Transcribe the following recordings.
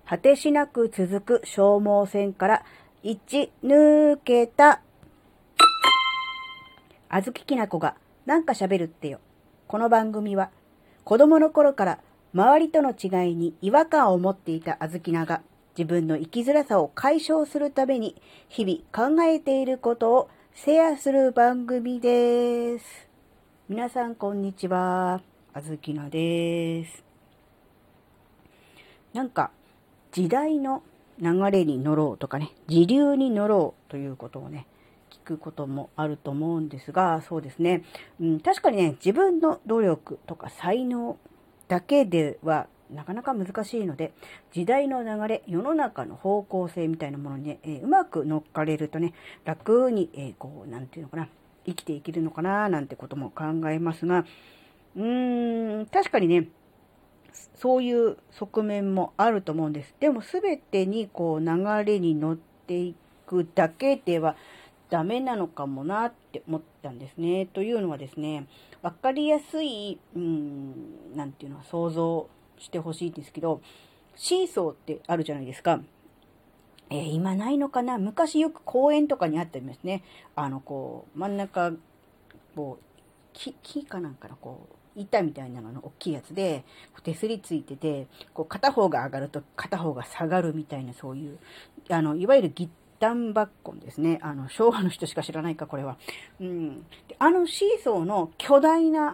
果てしなく続く消耗戦から一抜けた。あずききなこがなんか喋るってよ。この番組は子供の頃から周りとの違いに違和感を持っていたあずきなが自分の生きづらさを解消するために日々考えていることをシェアする番組です。皆さんこんにちは。あずきなです。なんか時代の流れに乗ろうとかね、時流に乗ろうということをね、聞くこともあると思うんですが、そうですね、確かにね、自分の努力とか才能だけではなかなか難しいので、時代の流れ、世の中の方向性みたいなものにね、うまく乗っかれるとね、楽に、なんていうのかな、生きていけるのかな、なんてことも考えますが、確かにね、そういう側面もあると思うんです。でも全てにこう流れに乗っていくだけではダメなのかもなって思ったんですね。というのはですね、わかりやすい、なんていうの、想像してほしいんですけど、シーソーってあるじゃないですか。今ないのかな？昔よく公園とかにあったりますね。真ん中、木かなんかの板みたいなのの大きいやつで、手すりついてて、片方が上がると片方が下がるみたいな、そういう、いわゆるギッタンバッコンですね。昭和の人しか知らないか、これは。でシーソーの巨大な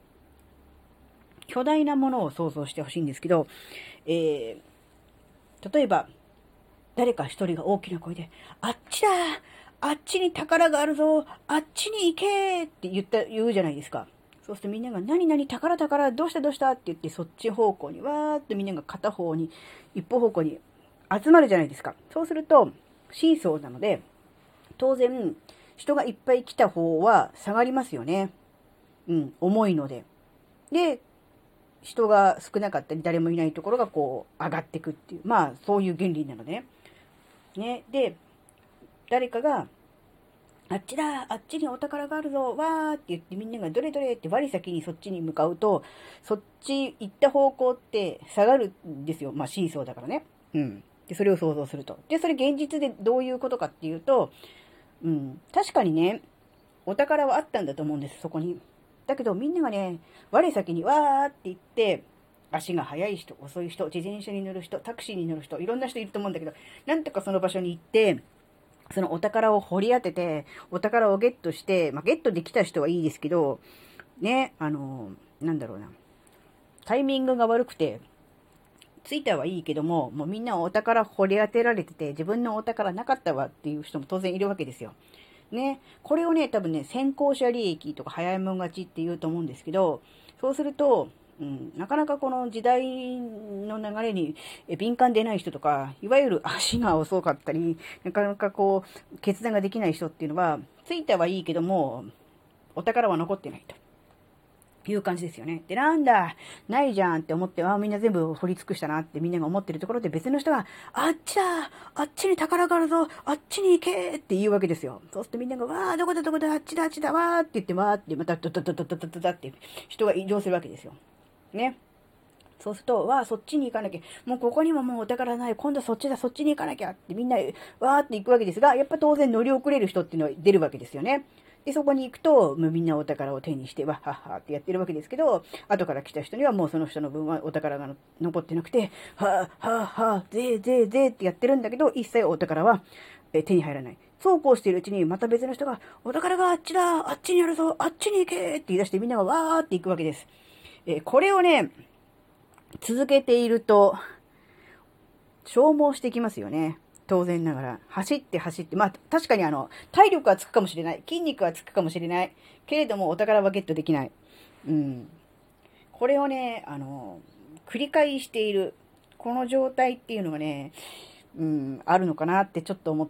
ものを想像してほしいんですけど、例えば、誰か一人が大きな声で、あっちだ、あっちに宝があるぞ、あっちに行けって言うじゃないですか。そうするとみんなが、何々宝、どうしたって言って、そっち方向に、わーってみんなが片方に、一方方向に集まるじゃないですか。そうすると、シーソーなので、当然、人がいっぱい来た方は下がりますよね。重いので。で、人が少なかったり、誰もいないところが上がっていくっていう、そういう原理なのでね。で、誰かが、あっちだ、あっちにお宝があるぞ、わーって言ってみんながどれって我先にそっちに向かうと、そっち行った方向って下がるんですよ。シーソーだからね。で、それを想像すると。で、それ現実でどういうことかっていうと、確かにね、お宝はあったんだと思うんです、そこに。だけどみんながね、我先にわーって言って、足が速い人、遅い人、自転車に乗る人、タクシーに乗る人、いろんな人いると思うんだけど、なんとかその場所に行って、そのお宝を掘り当てて、お宝をゲットして、ゲットできた人はいいですけど、ね、なんだろうな。タイミングが悪くて、着いたはいいけども、もうみんなお宝掘り当てられてて、自分のお宝なかったわっていう人も当然いるわけですよ。ね。これをね、多分ね、先行者利益とか早いもん勝ちって言うと思うんですけど、そうすると、なかなかこの時代の流れに敏感でない人とか、いわゆる足が遅かったり、なかなか決断ができない人っていうのは、着いたはいいけども、お宝は残ってないと。いう感じですよね。で、なんだ、ないじゃんって思って、みんな全部掘り尽くしたなってみんなが思ってるところで別の人が、あっちだ、あっちに宝があるぞ、あっちに行けって言うわけですよ。そうするとみんなが、どこだ、あっちだ、わーって言って、わーって、また、ドって人が移動するわけですよ。ね。そうすると、そっちに行かなきゃ。もうここにももうお宝ない。今度はそっちだ、そっちに行かなきゃってみんな、わーって行くわけですが、やっぱ当然乗り遅れる人っていうのは出るわけですよね。で、そこに行くと、もうみんなお宝を手にして、わっはっはってやってるわけですけど、後から来た人にはもうその人の分はお宝が残ってなくて、はぁ、はぁ、はぁ、ぜーってやってるんだけど、一切お宝は手に入らない。そうこうしているうちに、また別の人が、お宝があっちだ、あっちにあるぞ、あっちに行けって言い出してみんながわーって行くわけです。これをね、続けていると、消耗してきますよね。当然ながら。走って。確かに体力はつくかもしれない。筋肉はつくかもしれない。けれども、お宝はゲットできない。これをね、繰り返している。この状態っていうのがね、あるのかなってちょっと思って、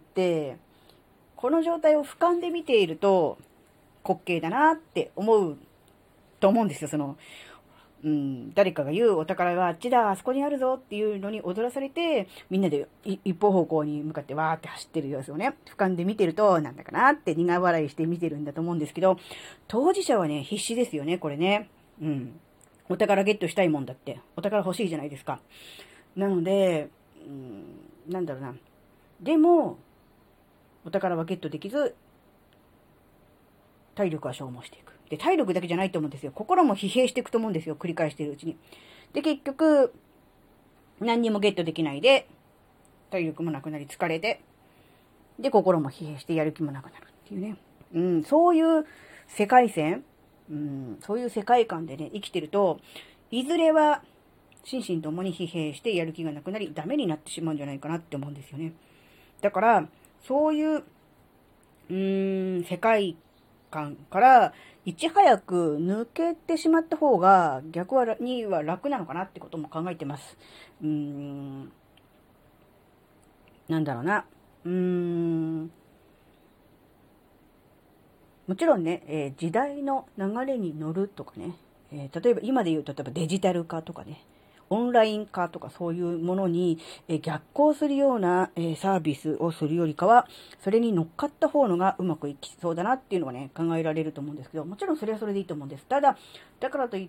この状態を俯瞰で見ていると、滑稽だなって思うと思うんですよ。誰かが言うお宝があっちだ、あそこにあるぞっていうのに踊らされて、みんなで一方方向に向かってわーって走ってる様子をね、俯瞰で見てると、なんだかなって苦笑いして見てるんだと思うんですけど、当事者はね、必死ですよね、これね。お宝ゲットしたいもんだって。お宝欲しいじゃないですか。なので、 なんだろうな。でも、お宝はゲットできず、体力は消耗していく。で、体力だけじゃないと思うんですよ。心も疲弊していくと思うんですよ。繰り返しているうちに。で、結局、何にもゲットできないで、体力もなくなり疲れて、で、心も疲弊してやる気もなくなるっていうね。そういう世界線、そういう世界観でね、生きてると、いずれは、心身ともに疲弊してやる気がなくなり、ダメになってしまうんじゃないかなって思うんですよね。だから、そういう、世界観から、いち早く抜けてしまった方が、逆には楽なのかなってことも考えてます。なんだろうな。もちろんね、時代の流れに乗るとかね、例えば今で言うと、例えばデジタル化とかね、オンライン化とかそういうものに、逆行するような、サービスをするよりかは、それに乗っかった方のがうまくいきそうだなっていうのがね、考えられると思うんですけど、もちろんそれはそれでいいと思うんです。ただ、だからといって、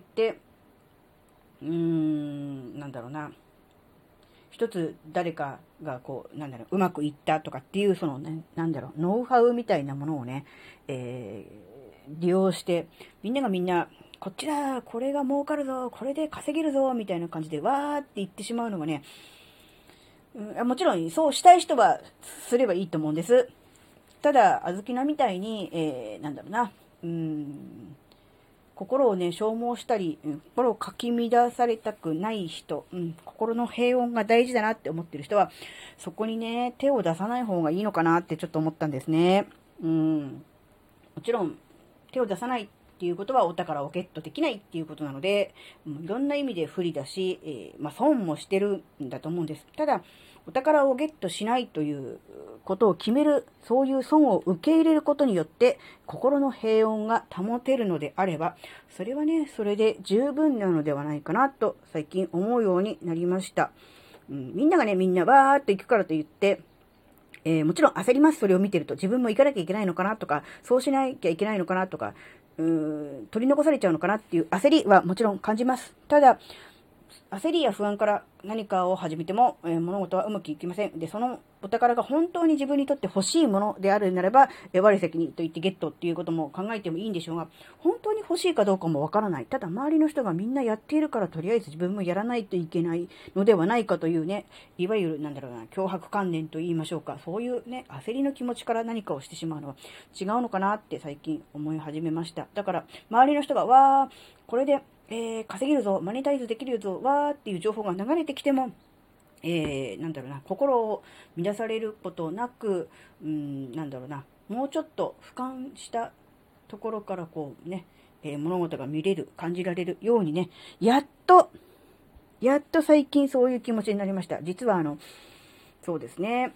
なんだろうな。一つ誰かがこう、うまくいったとかっていう、そのね、ノウハウみたいなものをね、利用して、みんな、こっちだ、これが儲かるぞ、これで稼げるぞ、みたいな感じで、わーって言ってしまうのがね、もちろん、そうしたい人はすればいいと思うんです。ただ、あずきなみたいに、心をね、消耗したり、心をかき乱されたくない人、心の平穏が大事だなって思ってる人は、そこにね、手を出さない方がいいのかなってちょっと思ったんですね。もちろん、手を出さないっていうことはお宝をゲットできないっていうことなので、いろんな意味で不利だし、損もしてるんだと思うんです。ただ、お宝をゲットしないということを決める、そういう損を受け入れることによって、心の平穏が保てるのであれば、それはね、それで十分なのではないかなと、最近思うようになりました。みんながね、みんなわーっと行くからと言って、もちろん焦ります。それを見てると。自分も行かなきゃいけないのかなとか、そうしなきゃいけないのかなとか、取り残されちゃうのかなっていう焦りはもちろん感じます。ただ、焦りや不安から何かを始めても、物事はうまくいきません。で、そのお宝が本当に自分にとって欲しいものであるならば、我先にと言ってゲットっていうことも考えてもいいんでしょうが、本当に欲しいかどうかもわからない。ただ、周りの人がみんなやっているから、とりあえず自分もやらないといけないのではないかというね、いわゆる、脅迫観念と言いましょうか。そういうね、焦りの気持ちから何かをしてしまうのは違うのかなって最近思い始めました。だから、周りの人が、わー、これで、稼げるぞ、マネタイズできるぞ、わーっていう情報が流れてきても、心を乱されることなく、もうちょっと俯瞰したところからこうね、物事が見れる、感じられるようにね、やっと最近そういう気持ちになりました。実はそうですね、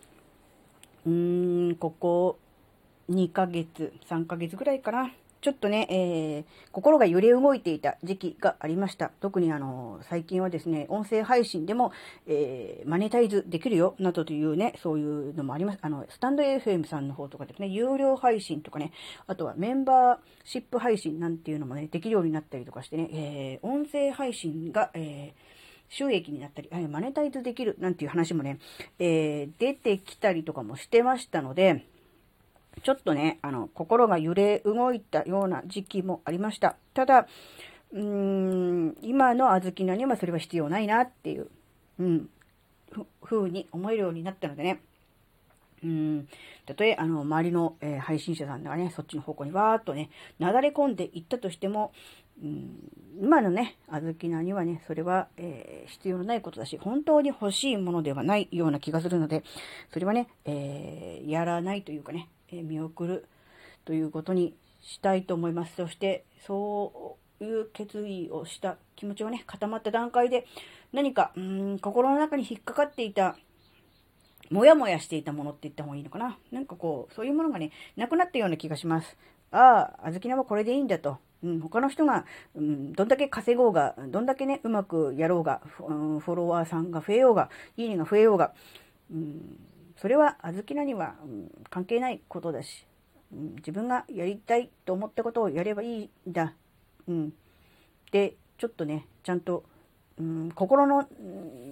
ここ2ヶ月、3ヶ月ぐらいかな。ちょっとね、心が揺れ動いていた時期がありました。特に最近はですね、音声配信でも、マネタイズできるよ、などというね、そういうのもあります。スタンド FM さんの方とかですね、有料配信とかね、あとはメンバーシップ配信なんていうのもね、できるようになったりとかしてね、音声配信が、収益になったり、マネタイズできるなんていう話もね、出てきたりとかもしてましたので、ちょっとね、心が揺れ動いたような時期もありました。ただ、今のあずきなにはそれは必要ないなっていう、風に思えるようになったのでね。たとえ、周りの、配信者さんがね、そっちの方向にわーっとね、なだれ込んでいったとしても、今のね、あずきなにはね、それは、必要のないことだし、本当に欲しいものではないような気がするので、それはね、やらないというかね、見送るということにしたいと思います。そして、そういう決意をした気持ちがね、固まった段階で、何か、心の中に引っかかっていた、もやもやしていたものって言った方がいいのかな。なんかこう、そういうものがね、なくなったような気がします。ああ、あずきなはこれでいいんだと。他の人が、どんだけ稼ごうが、どんだけね、うまくやろうが、フォロワーさんが増えようが、いいねが増えようが、それはあずきなには、関係ないことだし、自分がやりたいと思ったことをやればいいんだ。で、ちょっとね、ちゃんと、心の、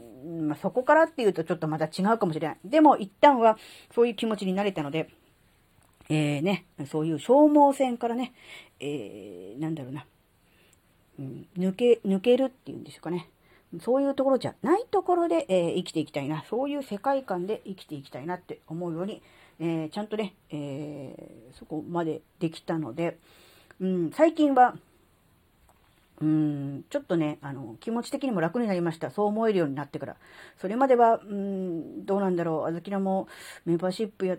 まあ、そこからっていうとちょっとまた違うかもしれない。でも一旦はそういう気持ちになれたので、そういう消耗戦からね、なんだろうな、抜けるっていうんですかね。そういうところじゃないところで、生きていきたいな。そういう世界観で生きていきたいなって思うように、ちゃんとね、そこまでできたので、最近は、ちょっとね、気持ち的にも楽になりました。そう思えるようになってから。それまでは、どうなんだろう。あずきらもメンバーシップやって、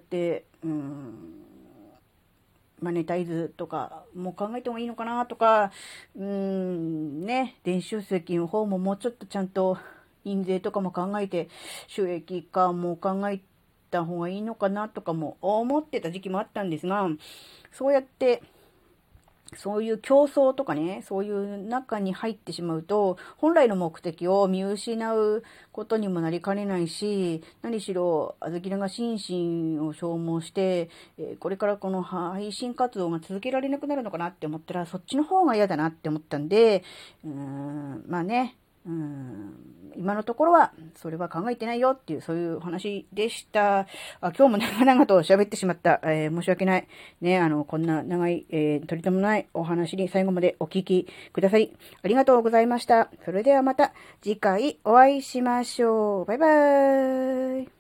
マネタイズとかも考えてもいいのかなとか、ね、電子書籍の方ももうちょっとちゃんと印税とかも考えて、収益化も考えた方がいいのかなとかも思ってた時期もあったんですが、そうやって、そういう競争とかね、そういう中に入ってしまうと、本来の目的を見失うことにもなりかねないし、何しろ、あずきらが心身を消耗して、これからこの配信活動が続けられなくなるのかなって思ったら、そっちの方が嫌だなって思ったんで、まあね、今のところは、それは考えてないよっていう、そういう話でした。今日も長々と喋ってしまった。申し訳ない。ね、こんな長い、取り留めのないお話に最後までお聞きくださり、ありがとうございました。それではまた次回お会いしましょう。バイバーイ。